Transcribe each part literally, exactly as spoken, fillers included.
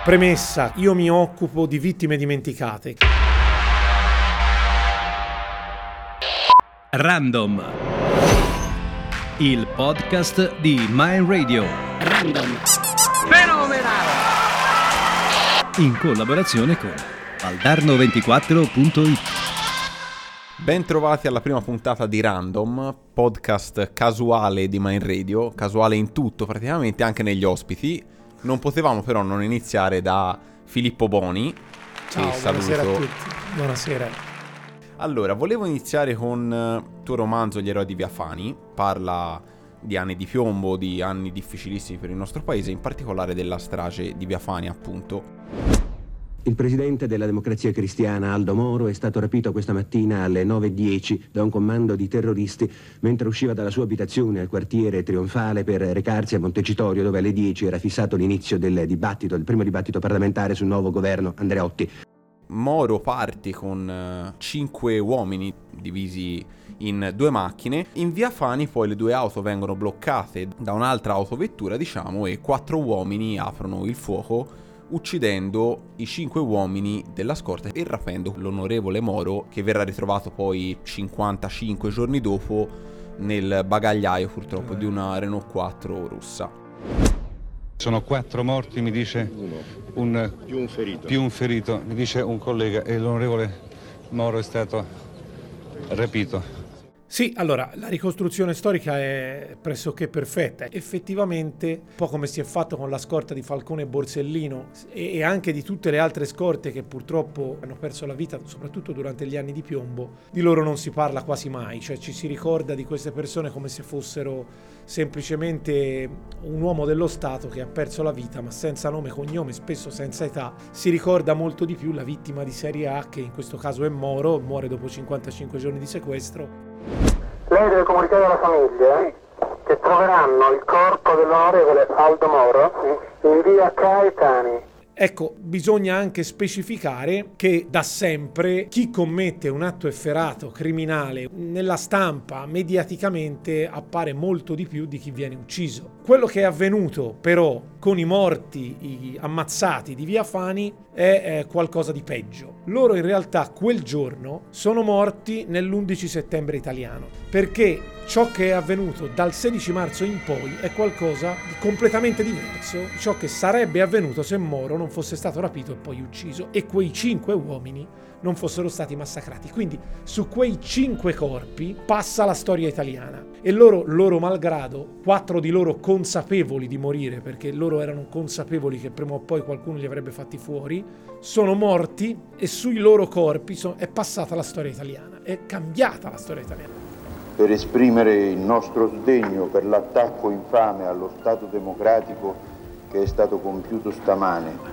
Premessa, io mi occupo di vittime dimenticate. Random, il podcast di Mind Radio. Random. Fenomenale! In collaborazione con Valdarno ventiquattro punto it. Ben trovati alla prima puntata di Random, podcast casuale di Mind Radio, casuale in tutto praticamente, anche negli ospiti. Non potevamo però non iniziare da Filippo Boni. Ciao, che buonasera saluto. a tutti. Buonasera. Allora, volevo iniziare con il tuo romanzo Gli eroi di Via Fani. Parla di anni di piombo, di anni difficilissimi per il nostro paese, in particolare della strage di Via Fani, appunto. Il presidente della Democrazia Cristiana, Aldo Moro, è stato rapito questa mattina alle nove e dieci da un commando di terroristi mentre usciva dalla sua abitazione al quartiere Trionfale per recarsi a Montecitorio, dove alle dieci era fissato l'inizio del dibattito, il primo dibattito parlamentare sul nuovo governo Andreotti. Moro parte con cinque uomini divisi in due macchine. In Via Fani poi le due auto vengono bloccate da un'altra autovettura, diciamo, e quattro uomini aprono il fuoco, uccidendo i cinque uomini della scorta e rapendo l'onorevole Moro, che verrà ritrovato poi cinquantacinque giorni dopo nel bagagliaio, purtroppo, di una Renault quattro rossa. Sono quattro morti, mi dice un più un ferito. Più un ferito, mi dice un collega, e l'onorevole Moro è stato rapito. Sì, allora, la ricostruzione storica è pressoché perfetta. Effettivamente, un po' come si è fatto con la scorta di Falcone e Borsellino e, e anche di tutte le altre scorte che purtroppo hanno perso la vita, soprattutto durante gli anni di piombo, di loro non si parla quasi mai. Cioè ci si ricorda di queste persone come se fossero semplicemente un uomo dello Stato che ha perso la vita, ma senza nome e cognome, spesso senza età. Si ricorda molto di più la vittima di serie A, che in questo caso è Moro, muore dopo cinquantacinque giorni di sequestro. Lei deve comunicare alla famiglia che troveranno il corpo dell'onorevole Aldo Moro in via Caetani. Ecco, bisogna anche specificare che da sempre chi commette un atto efferato, criminale, nella stampa, mediaticamente, appare molto di più di chi viene ucciso. Quello che è avvenuto però con i morti, i ammazzati di Via Fani è eh, qualcosa di peggio. Loro in realtà quel giorno sono morti nell'undici settembre italiano, perché ciò che è avvenuto dal sedici marzo in poi è qualcosa di completamente diverso da ciò che sarebbe avvenuto se Moro non fosse stato rapito e poi ucciso e quei cinque uomini non fossero stati massacrati. Quindi su quei cinque corpi passa la storia italiana e loro, loro malgrado, quattro di loro consapevoli di morire, perché loro erano consapevoli che prima o poi qualcuno li avrebbe fatti fuori, sono morti e sui loro corpi so, è passata la storia italiana, è cambiata la storia italiana. Per esprimere il nostro sdegno per l'attacco infame allo Stato democratico che è stato compiuto stamane,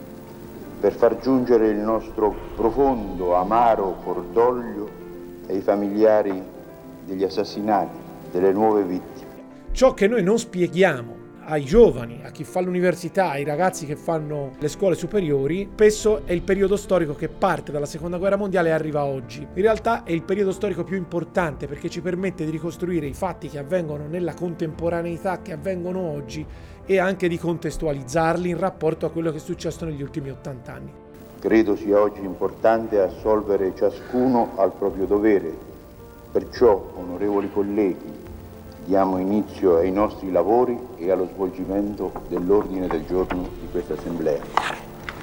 per far giungere il nostro profondo, amaro cordoglio ai familiari degli assassinati, delle nuove vittime. Ciò che noi non spieghiamo ai giovani, a chi fa l'università, ai ragazzi che fanno le scuole superiori, spesso è il periodo storico che parte dalla seconda guerra mondiale e arriva a oggi. In realtà è il periodo storico più importante perché ci permette di ricostruire i fatti che avvengono nella contemporaneità, che avvengono oggi, e anche di contestualizzarli in rapporto a quello che è successo negli ultimi ottanta anni. Credo sia oggi importante assolvere ciascuno al proprio dovere. Perciò, onorevoli colleghi, diamo inizio ai nostri lavori e allo svolgimento dell'ordine del giorno di questa Assemblea.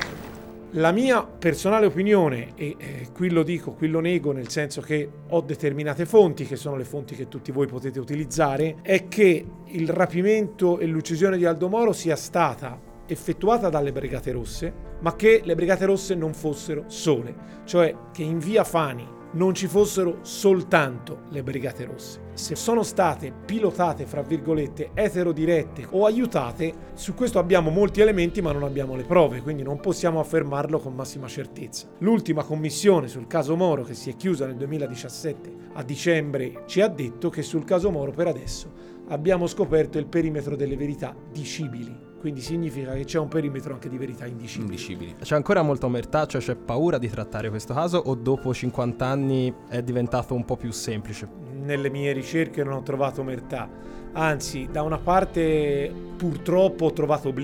La mia personale opinione, e eh, qui lo dico, qui lo nego, nel senso che ho determinate fonti, che sono le fonti che tutti voi potete utilizzare, è che il rapimento e l'uccisione di Aldo Moro sia stata effettuata dalle Brigate Rosse, ma che le Brigate Rosse non fossero sole, cioè che in Via Fani non ci fossero soltanto le Brigate Rosse. Se sono state pilotate, fra virgolette, eterodirette o aiutate, su questo abbiamo molti elementi ma non abbiamo le prove, quindi non possiamo affermarlo con massima certezza. L'ultima commissione sul caso Moro, che si è chiusa nel duemiladiciassette a dicembre, ci ha detto che sul caso Moro per adesso abbiamo scoperto il perimetro delle verità dicibili. Quindi significa che c'è un perimetro anche di verità indicibili. indicibili. C'è ancora molta omertà, cioè c'è paura di trattare questo caso, o dopo cinquanta anni è diventato un po' più semplice? Nelle mie ricerche non ho trovato omertà, anzi da una parte purtroppo ho trovato oblio.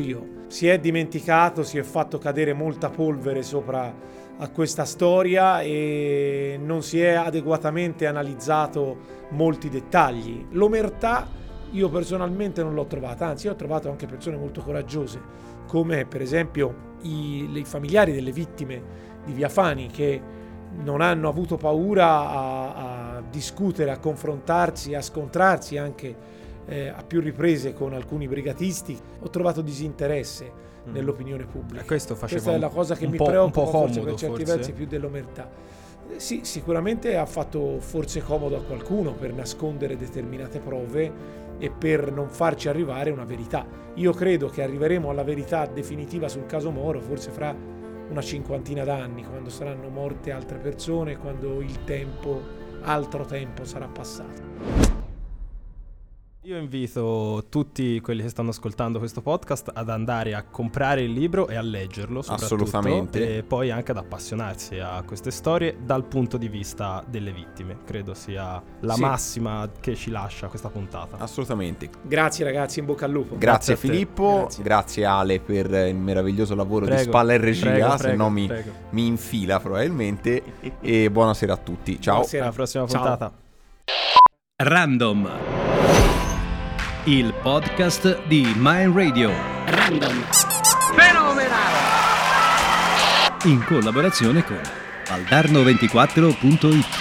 si è dimenticato, si è fatto cadere molta polvere sopra a questa storia e non si è adeguatamente analizzato molti dettagli. L'omertà io personalmente non l'ho trovata, anzi ho trovato anche persone molto coraggiose, come per esempio i, i familiari delle vittime di Via Fani, che non hanno avuto paura a, a discutere, a confrontarsi, a scontrarsi anche eh, a più riprese con alcuni brigatisti. Ho trovato disinteresse mm. nell'opinione pubblica. E questo Questa è la cosa che mi preoccupa forse per certi forse. versi più dell'omertà. Sì, sicuramente ha fatto forse comodo a qualcuno per nascondere determinate prove e per non farci arrivare una verità. Io credo che arriveremo alla verità definitiva sul caso Moro forse fra una cinquantina d'anni, quando saranno morte altre persone, quando il tempo, altro tempo sarà passato. Io invito tutti quelli che stanno ascoltando questo podcast ad andare a comprare il libro e a leggerlo, assolutamente, e poi anche ad appassionarsi a queste storie dal punto di vista delle vittime. Credo sia la sì. massima che ci lascia questa puntata. Assolutamente. Grazie ragazzi, in bocca al lupo. Grazie, grazie Filippo, grazie. grazie Ale per il meraviglioso lavoro prego, di spalla e regia, prego, se prego, no mi, mi infila probabilmente. E buonasera a tutti. Ciao. Buonasera. Alla prossima Ciao. puntata. Random, il podcast di Mind Radio. Random. Fenomenale. In collaborazione con Valdarno ventiquattro punto it.